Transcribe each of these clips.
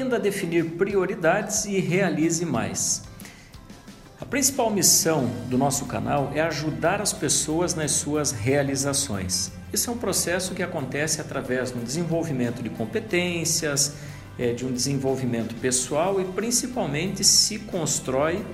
Aprenda a definir prioridades e realize mais. A principal missão do nosso canal é ajudar as pessoas nas suas realizações. Esse é um processo que acontece através do desenvolvimento de competências, de um desenvolvimento pessoal e principalmente se constrói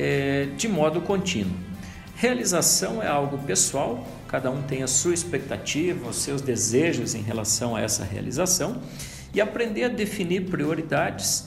de modo contínuo. Realização é algo pessoal, cada um tem a sua expectativa, os seus desejos em relação a essa realização, e aprender a definir prioridades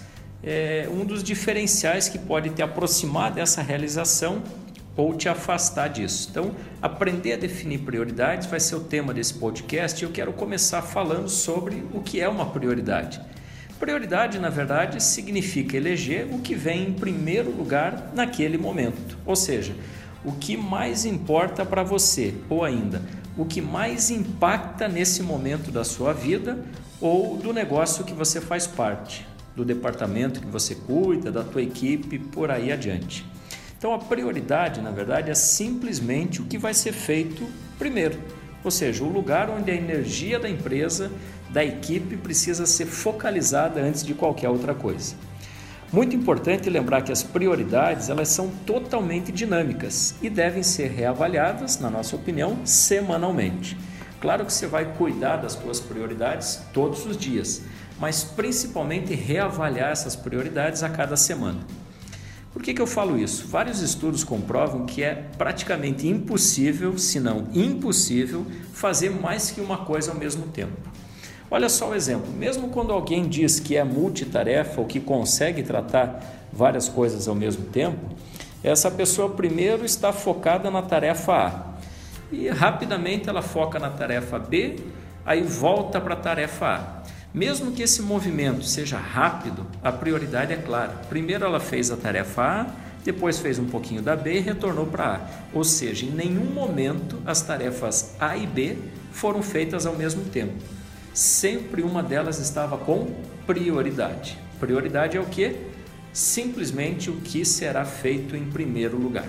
é um dos diferenciais que pode te aproximar dessa realização ou te afastar disso. Então, aprender a definir prioridades vai ser o tema desse podcast e eu quero começar falando sobre o que é uma prioridade. Prioridade, na verdade, significa eleger o que vem em primeiro lugar naquele momento, ou seja, o que mais importa para você, ou ainda, o que mais impacta nesse momento da sua vida ou do negócio que você faz parte, do departamento que você cuida, da tua equipe, por aí adiante. Então, a prioridade, na verdade, é simplesmente o que vai ser feito primeiro, ou seja, o lugar onde a energia da empresa, da equipe, precisa ser focalizada antes de qualquer outra coisa. Muito importante lembrar que as prioridades elas são totalmente dinâmicas e devem ser reavaliadas, na nossa opinião, semanalmente. Claro que você vai cuidar das suas prioridades todos os dias, mas principalmente reavaliar essas prioridades a cada semana. Por que eu falo isso? Vários estudos comprovam que é praticamente impossível, se não impossível, fazer mais que uma coisa ao mesmo tempo. Olha só o exemplo, mesmo quando alguém diz que é multitarefa ou que consegue tratar várias coisas ao mesmo tempo, essa pessoa primeiro está focada na tarefa A e rapidamente ela foca na tarefa B, aí volta para a tarefa A. Mesmo que esse movimento seja rápido, a prioridade é clara. Primeiro ela fez a tarefa A, depois fez um pouquinho da B e retornou para A. Ou seja, em nenhum momento as tarefas A e B foram feitas ao mesmo tempo. Sempre uma delas estava com prioridade. Prioridade é o quê? Simplesmente o que será feito em primeiro lugar.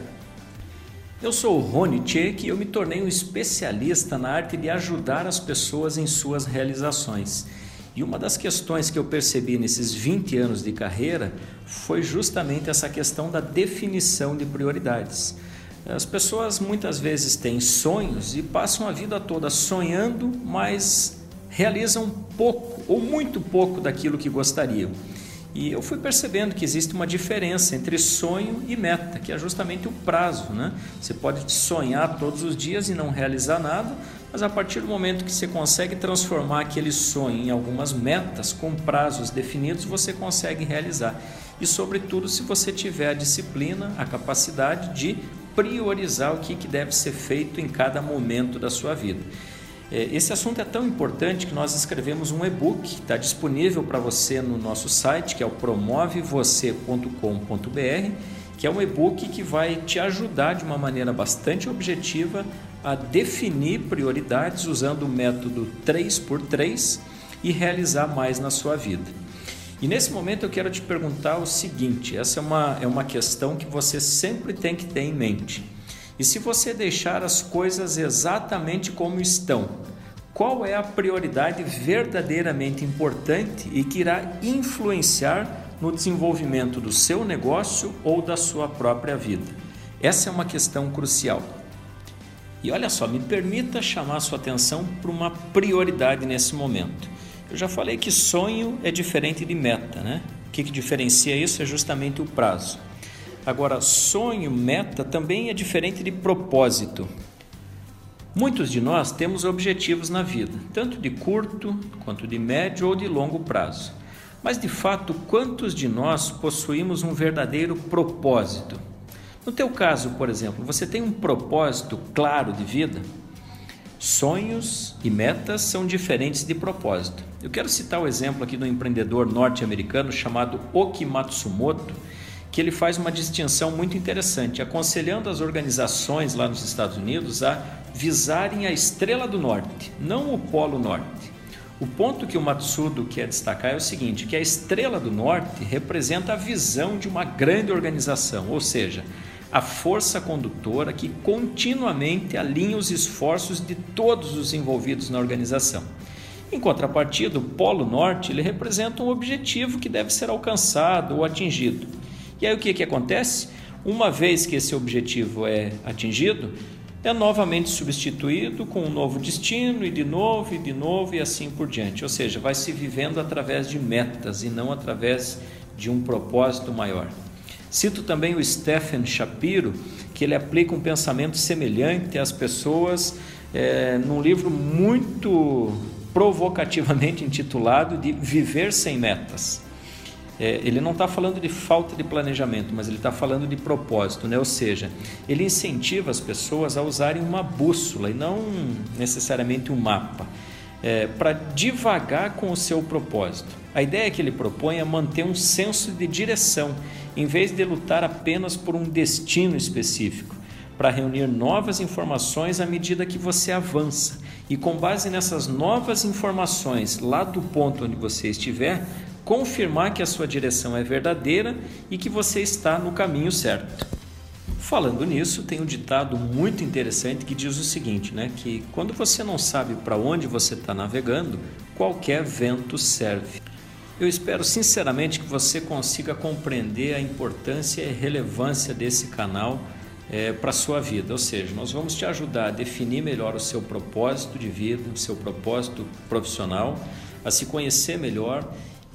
Eu sou o Rony Tchek e eu me tornei um especialista na arte de ajudar as pessoas em suas realizações. E uma das questões que eu percebi nesses 20 anos de carreira foi justamente essa questão da definição de prioridades. As pessoas muitas vezes têm sonhos e passam a vida toda sonhando, mas realizam pouco ou muito pouco daquilo que gostariam. E eu fui percebendo que existe uma diferença entre sonho e meta, que é justamente o prazo, né? Você pode sonhar todos os dias e não realizar nada, mas a partir do momento que você consegue transformar aquele sonho em algumas metas com prazos definidos, você consegue realizar. E sobretudo se você tiver a disciplina, a capacidade de priorizar o que deve ser feito em cada momento da sua vida. Esse assunto é tão importante que nós escrevemos um e-book, está disponível para você no nosso site, que é o promovevocê.com.br, que é um e-book que vai te ajudar de uma maneira bastante objetiva a definir prioridades usando o método 3x3 e realizar mais na sua vida. E nesse momento eu quero te perguntar o seguinte, essa é uma questão que você sempre tem que ter em mente. E se você deixar as coisas exatamente como estão, qual é a prioridade verdadeiramente importante e que irá influenciar no desenvolvimento do seu negócio ou da sua própria vida? Essa é uma questão crucial. E olha só, me permita chamar a sua atenção para uma prioridade nesse momento. Eu já falei que sonho é diferente de meta, né? O que diferencia isso é justamente o prazo. Agora, sonho, meta também é diferente de propósito. Muitos de nós temos objetivos na vida, tanto de curto, quanto de médio ou de longo prazo. Mas, de fato, quantos de nós possuímos um verdadeiro propósito? No teu caso, por exemplo, você tem um propósito claro de vida? Sonhos e metas são diferentes de propósito. Eu quero citar o exemplo aqui do empreendedor norte-americano chamado Oki Matsumoto, que ele faz uma distinção muito interessante, aconselhando as organizações lá nos Estados Unidos a visarem a estrela do norte, não o polo norte. O ponto que o Matsudo quer destacar é o seguinte, que a estrela do norte representa a visão de uma grande organização, ou seja, a força condutora que continuamente alinha os esforços de todos os envolvidos na organização. Em contrapartida, o Polo Norte ele representa um objetivo que deve ser alcançado ou atingido. E aí o que acontece? Uma vez que esse objetivo é atingido, é novamente substituído com um novo destino e de novo e assim por diante. Ou seja, vai se vivendo através de metas e não através de um propósito maior. Cito também o Stephen Shapiro, que ele aplica um pensamento semelhante às pessoas num livro muito provocativamente intitulado de Viver Sem Metas. Ele não está falando de falta de planejamento, mas ele está falando de propósito, né? Ou seja, ele incentiva as pessoas a usarem uma bússola e não necessariamente um mapa, para divagar com o seu propósito. A ideia que ele propõe é manter um senso de direção, em vez de lutar apenas por um destino específico, para reunir novas informações à medida que você avança. E com base nessas novas informações, lá do ponto onde você estiver, confirmar que a sua direção é verdadeira e que você está no caminho certo. Falando nisso, tem um ditado muito interessante que diz o seguinte, né? Que quando você não sabe para onde você está navegando, qualquer vento serve. Eu espero sinceramente que você consiga compreender a importância e relevância desse canal para a sua vida. Ou seja, nós vamos te ajudar a definir melhor o seu propósito de vida, o seu propósito profissional, a se conhecer melhor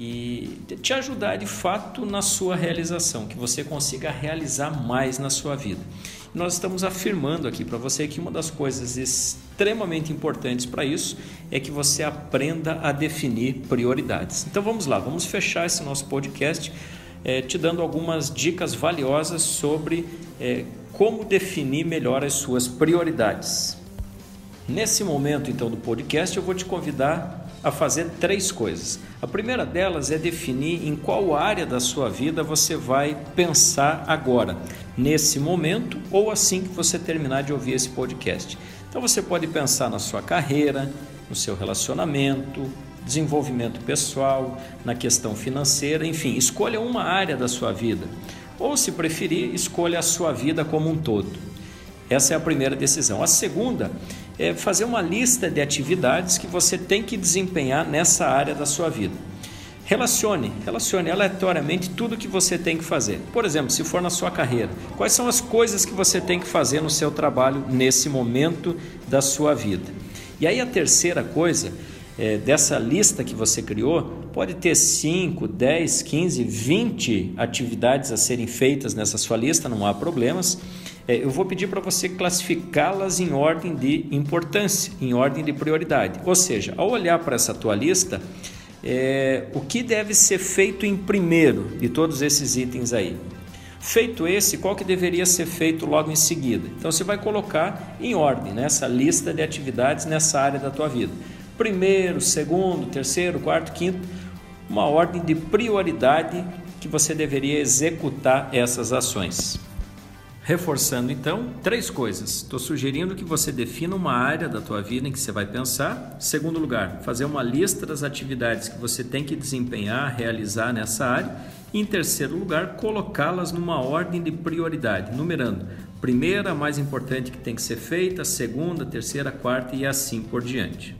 e te ajudar de fato na sua realização, que você consiga realizar mais na sua vida. Nós estamos afirmando aqui para você que uma das coisas extremamente importantes para isso é que você aprenda a definir prioridades. Então vamos lá, vamos fechar esse nosso podcast te dando algumas dicas valiosas sobre como definir melhor as suas prioridades. Nesse momento então do podcast eu vou te convidar a fazer 3 coisas. A primeira delas é definir em qual área da sua vida você vai pensar agora, nesse momento ou assim que você terminar de ouvir esse podcast. Então você pode pensar na sua carreira, no seu relacionamento, desenvolvimento pessoal, na questão financeira, enfim, escolha uma área da sua vida. Ou, se preferir, escolha a sua vida como um todo. Essa é a primeira decisão. A segunda é fazer uma lista de atividades que você tem que desempenhar nessa área da sua vida. Relacione aleatoriamente tudo que você tem que fazer. Por exemplo, se for na sua carreira, quais são as coisas que você tem que fazer no seu trabalho nesse momento da sua vida? E aí a terceira coisa, dessa lista que você criou, pode ter 5, 10, 15, 20 atividades a serem feitas nessa sua lista, não há problemas. Eu vou pedir para você classificá-las em ordem de importância, em ordem de prioridade. Ou seja, ao olhar para essa tua lista, o que deve ser feito em primeiro de todos esses itens aí? Feito esse, qual que deveria ser feito logo em seguida? Então você vai colocar em ordem, né, essa lista de atividades nessa área da tua vida. Primeiro, segundo, terceiro, quarto, quinto, uma ordem de prioridade que você deveria executar essas ações. Reforçando então, 3 coisas. Estou sugerindo que você defina uma área da tua vida em que você vai pensar. Segundo lugar, fazer uma lista das atividades que você tem que desempenhar, realizar nessa área. E em terceiro lugar, colocá-las numa ordem de prioridade, numerando. Primeira, a mais importante que tem que ser feita, segunda, terceira, quarta e assim por diante.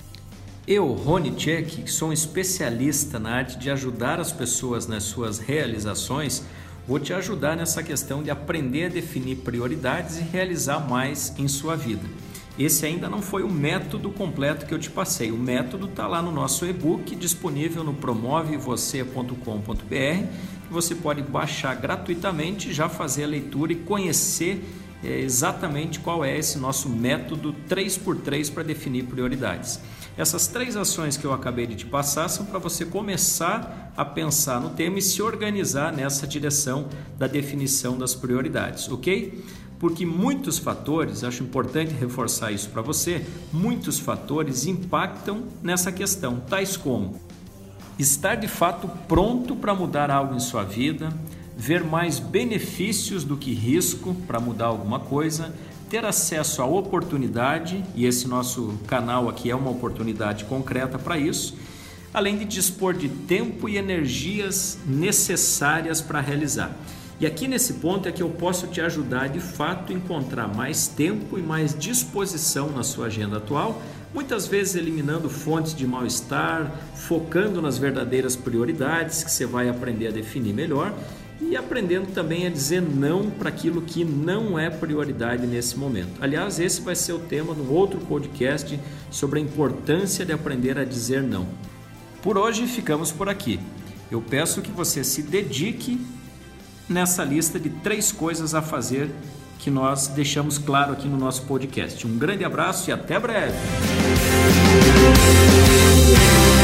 Eu, Rony Tchek, que sou um especialista na arte de ajudar as pessoas nas suas realizações, vou te ajudar nessa questão de aprender a definir prioridades e realizar mais em sua vida. Esse ainda não foi o método completo que eu te passei. O método está lá no nosso e-book, disponível no promovevocê.com.br, que você pode baixar gratuitamente, já fazer a leitura e conhecer exatamente qual é esse nosso método 3x3 para definir prioridades. Essas 3 ações que eu acabei de te passar são para você começar a pensar no tema e se organizar nessa direção da definição das prioridades, ok? Porque muitos fatores, acho importante reforçar isso para você, muitos fatores impactam nessa questão, tais como estar de fato pronto para mudar algo em sua vida, ver mais benefícios do que risco para mudar alguma coisa, ter acesso à oportunidade, e esse nosso canal aqui é uma oportunidade concreta para isso, além de dispor de tempo e energias necessárias para realizar. E aqui nesse ponto é que eu posso te ajudar de fato a encontrar mais tempo e mais disposição na sua agenda atual muitas vezes eliminando fontes de mal-estar, focando nas verdadeiras prioridades que você vai aprender a definir melhor e aprendendo também a dizer não para aquilo que não é prioridade nesse momento. Aliás, esse vai ser o tema do outro podcast sobre a importância de aprender a dizer não. Por hoje ficamos por aqui. Eu peço que você se dedique nessa lista de 3 coisas a fazer que nós deixamos claro aqui no nosso podcast. Um grande abraço e até breve!